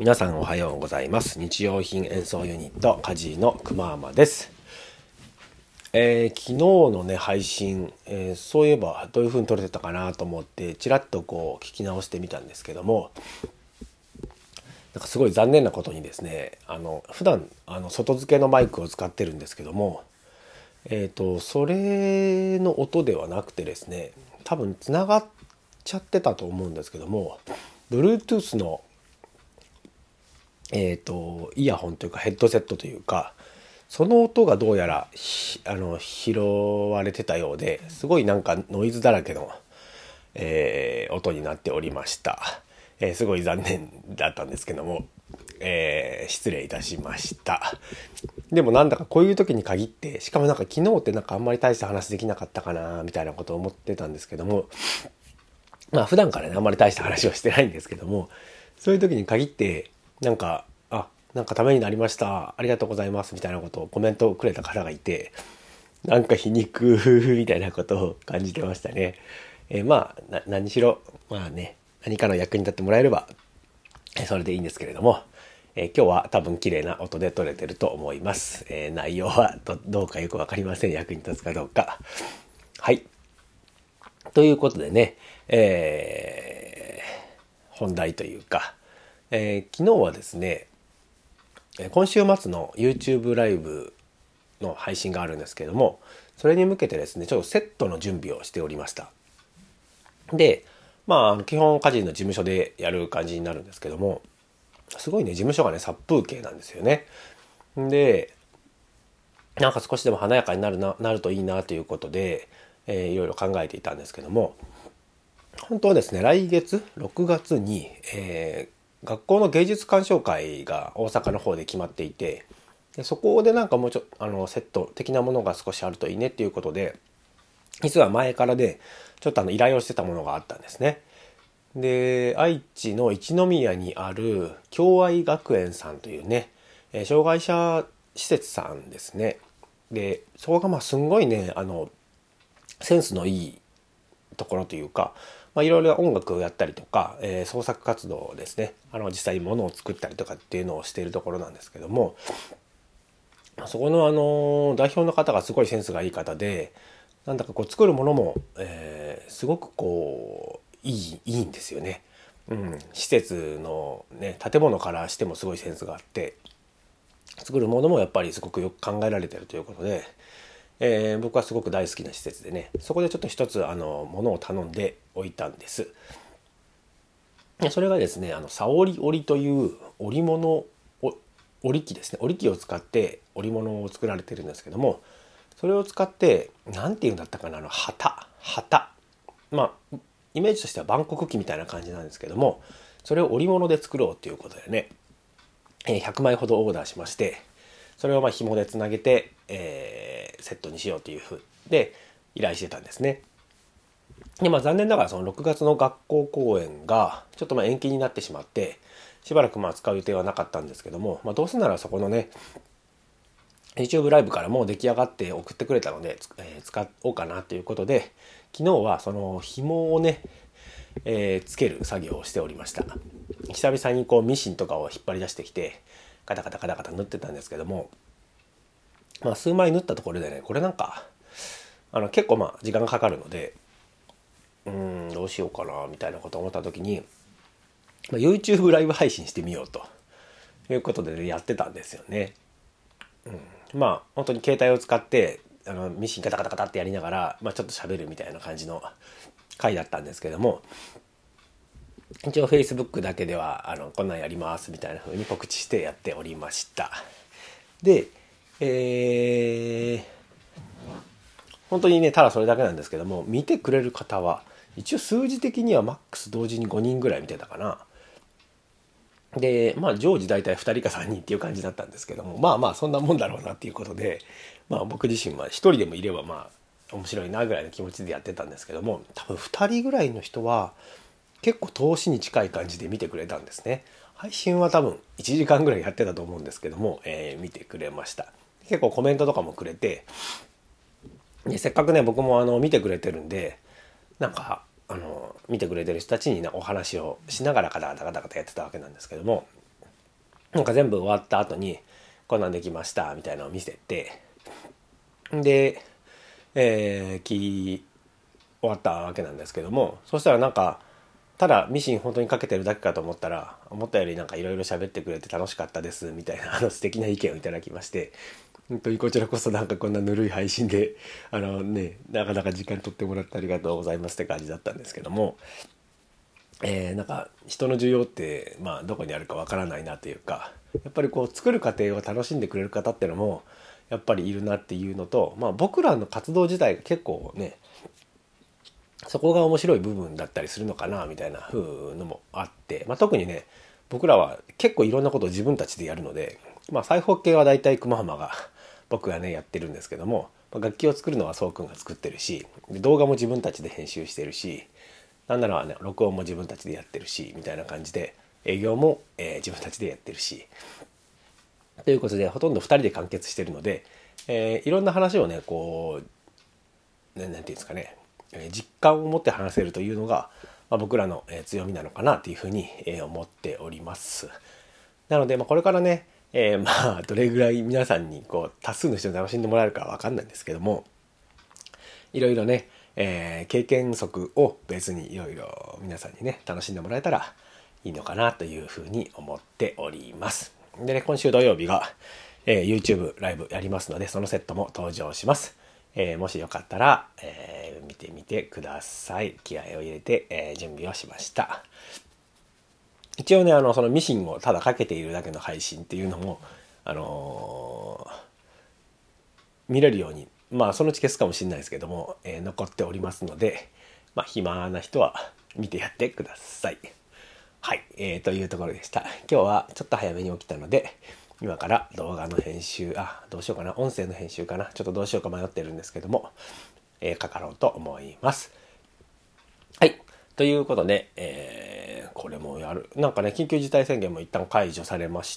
皆さんおはようございます。日用品演奏ユニットカジのくまーまです。昨日のね配信、そういえばどういう風に撮れてたかなと思ってちらっとこう聞き直してみたんですけども、なんかすごい残念なことにですね、普段外付けのマイクを使ってるんですけども、それの音ではなくてですね、多分つながっちゃってたと思うんですけども、Bluetooth のイヤホンというかヘッドセットというか、その音がどうやら拾われてたようで、すごいなんかノイズだらけの、音になっておりました。すごい残念だったんですけども、失礼いたしました。でもなんだかこういう時に限って、しかもなんか昨日ってなんかあんまり大した話できなかったかなみたいなことを思ってたんですけども、まあ普段からねあんまり大した話をしてないんですけども、そういう時に限ってなんかためになりました、ありがとうございますみたいなことをコメントをくれた方がいて、なんか皮肉みたいなことを感じてましたね。まあ何しろまあね、何かの役に立ってもらえればそれでいいんですけれども、今日は多分綺麗な音で撮れてると思います。内容はどうかよくわかりません。役に立つかどうか。はい。ということでね、本題というか、昨日はですね、今週末の YouTube ライブの配信があるんですけれども、それに向けてですね、ちょっとセットの準備をしておりました。で、まあ基本家事の事務所でやる感じになるんですけども、すごいね、事務所がね殺風景なんですよね。で、なんか少しでも華やかになるといいなということで、いろいろ考えていたんですけども、本当はですね、来月6月に、学校の芸術鑑賞会が大阪の方で決まっていて、でそこでなんかもうセット的なものが少しあるといいねっていうことで、実は前からでちょっと依頼をしてたものがあったんですね。で、愛知の一宮にある共愛学園さんというね、障害者施設さんですね。で、そこがまあすんごいね、センスのいいところというか、いろいろ音楽をやったりとか、創作活動ですね、実際に物を作ったりとかっていうのをしているところなんですけども、そこの代表の方がすごいセンスがいい方で、なんだかこう作るものも、すごくこういいんですよね。施設のね建物からしてもすごいセンスがあって、作るものもやっぱりすごくよく考えられてるということで、僕はすごく大好きな施設でね、そこでちょっと一つものを頼んでおいたんです。それがですね、沙織織という織物織機ですね、織機を使って織物を作られてるんですけども、それを使って何て言うんだったかな、旗、まあイメージとしては万国旗みたいな感じなんですけども、それを織物で作ろうということでね、100枚ほどオーダーしまして、それをまあ紐でつなげて、セットにしようというふうで依頼してたんですね。で、まあ残念ながらその6月の学校公演がちょっとまあ延期になってしまって、しばらくまあ使う予定はなかったんですけども、どうせならそこのね YouTube ライブからもう出来上がって送ってくれたので、使おうかなということで、昨日はその紐をね、つける作業をしておりました。久々にこうミシンとかを引っ張り出してきてカタカタカタカタ縫ってたんですけども、数枚縫ったところでね、これなんか結構時間がかかるので、どうしようかなみたいなことを思った時に、YouTube ライブ配信してみようということで、ね、やってたんですよね。本当に携帯を使ってミシンカタカタカタってやりながら、ちょっと喋るみたいな感じの回だったんですけども、一応 Facebook だけではこんなんやりますみたいな風に告知してやっておりました。で、本当にねただそれだけなんですけども、見てくれる方は一応数字的にはマックス同時に5人ぐらい見てたかな。で、常時大体2人か3人っていう感じだったんですけども、そんなもんだろうなっていうことで、僕自身は1人でもいれば面白いなぐらいの気持ちでやってたんですけども、多分2人ぐらいの人は結構投資に近い感じで見てくれたんですね。配信は多分1時間ぐらいやってたと思うんですけども、見てくれました。結構コメントとかもくれて、でせっかくね僕も見てくれてるんで、なんか見てくれてる人たちにお話をしながらカタカタカタカタやってたわけなんですけども、 なんか全部終わった後にこんなんできましたみたいなのを見せて、で、終わったわけなんですけども、そしたらなんかただミシン本当にかけてるだけかと思ったら、思ったよりなんかいろいろ喋ってくれて楽しかったですみたいな素敵な意見をいただきまして、本当にこちらこそなんかこんなぬるい配信でなかなか時間取ってもらってありがとうございますって感じだったんですけども、なんか人の需要ってどこにあるかわからないなというか、やっぱりこう作る過程を楽しんでくれる方ってのもやっぱりいるなっていうのと、僕らの活動自体が結構ね、そこが面白い部分だったりするのかなみたいな風のもあって、特にね、僕らは結構いろんなことを自分たちでやるので、裁縫系はだいたい熊浜が僕がねやってるんですけども、楽器を作るのはそうくんが作ってるし、動画も自分たちで編集してるし、なんならね録音も自分たちでやってるしみたいな感じで、営業も、自分たちでやってるしということで、ほとんど2人で完結してるので、いろんな話をねこうなんていうんですかね、実感を持って話せるというのが、僕らの強みなのかなというふうに思っております。なので、これからね、どれぐらい皆さんにこう多数の人に楽しんでもらえるかは分かんないんですけども、いろいろね、経験則を別にいろいろ皆さんにね楽しんでもらえたらいいのかなというふうに思っております。でね、今週土曜日が、YouTube ライブやりますので、そのセットも登場します。もしよかったら、見てみてください。気合を入れて、準備をしました。一応ね、そのミシンをただかけているだけの配信っていうのも、見れるように、そのうち消すかもしれないですけども、残っておりますので、暇な人は見てやってください。はい、というところでした。今日はちょっと早めに起きたので、今から動画の編集、どうしようかな、音声の編集かな、ちょっとどうしようか迷ってるんですけども、かかろうと思います。はい、ということで、これもやる、なんかね、緊急事態宣言も一旦解除されまして、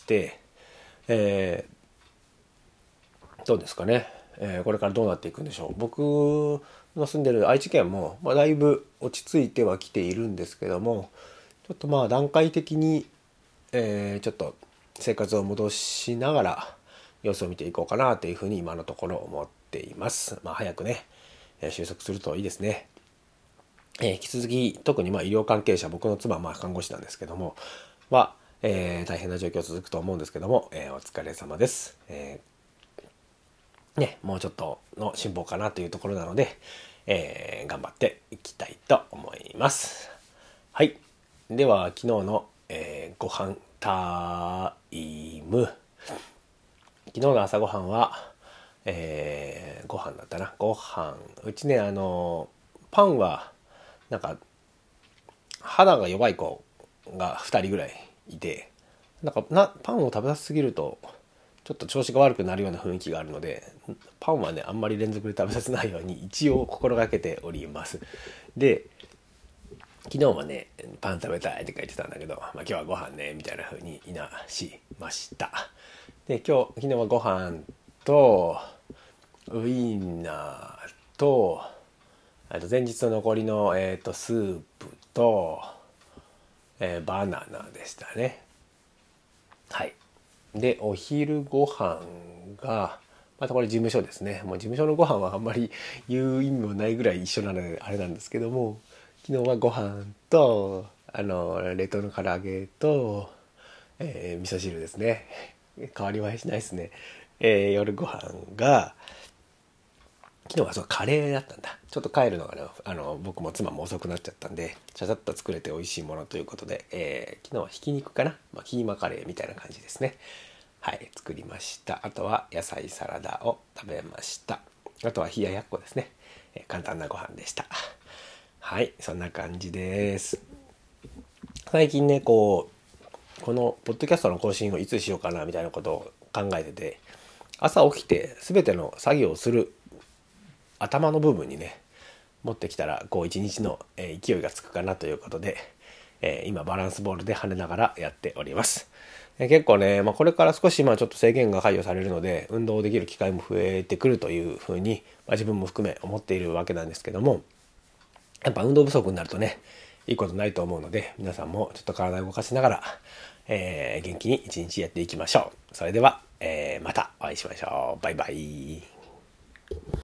どうですかね、これからどうなっていくんでしょう。僕の住んでる愛知県も、だいぶ落ち着いてはきているんですけども、ちょっと段階的に、ちょっと生活を戻しながら様子を見ていこうかなというふうに今のところ思っています。早くね、収束するといいですね。引き続き特に医療関係者、僕の妻は看護師なんですけども大変な状況続くと思うんですけども、お疲れ様です。もうちょっとの辛抱かなというところなので、頑張っていきたいと思います。はい、では昨日の、ご飯タイム。昨日の朝ごはんは、ご飯だったな。ご飯うちね、パンはなんか肌が弱い子が2人ぐらいいて、パンを食べさせすぎるとちょっと調子が悪くなるような雰囲気があるので、パンはねあんまり連続で食べさせないように一応心がけております。で、昨日はねパン食べたいって書いてたんだけど、今日はご飯ねみたいな風にいなしました。で、昨日はご飯とウインナーと、前日の残りの、スープと、バナナでしたね。はい。で、お昼ご飯がまたこれ事務所ですね。もう事務所のご飯はあんまり言う意味もないぐらい一緒なのであれなんですけども、昨日はご飯と冷凍の唐揚げと、味噌汁ですね。変わりはしないですね。夜ご飯が昨日はそうカレーだったんだ。ちょっと帰るのがね、僕も妻も遅くなっちゃったんで、ちゃちゃっと作れて美味しいものということで、昨日はひき肉かな、キーマカレーみたいな感じですね。はい、作りました。あとは野菜サラダを食べました。あとは冷ややっこですね。簡単なご飯でした。はい、そんな感じです。最近ね、このポッドキャストの更新をいつしようかなみたいなことを考えてて、朝起きて全ての作業をする頭の部分にね持ってきたら一日の勢いがつくかなということで、今バランスボールで跳ねながらやっております。結構ね、これから少しちょっと制限が解除されるので運動できる機会も増えてくるというふうに、自分も含め思っているわけなんですけども、やっぱ運動不足になるとね、 いいことないと思うので、皆さんもちょっと体を動かしながら、元気に一日やっていきましょう。それでは、またお会いしましょう。バイバイ。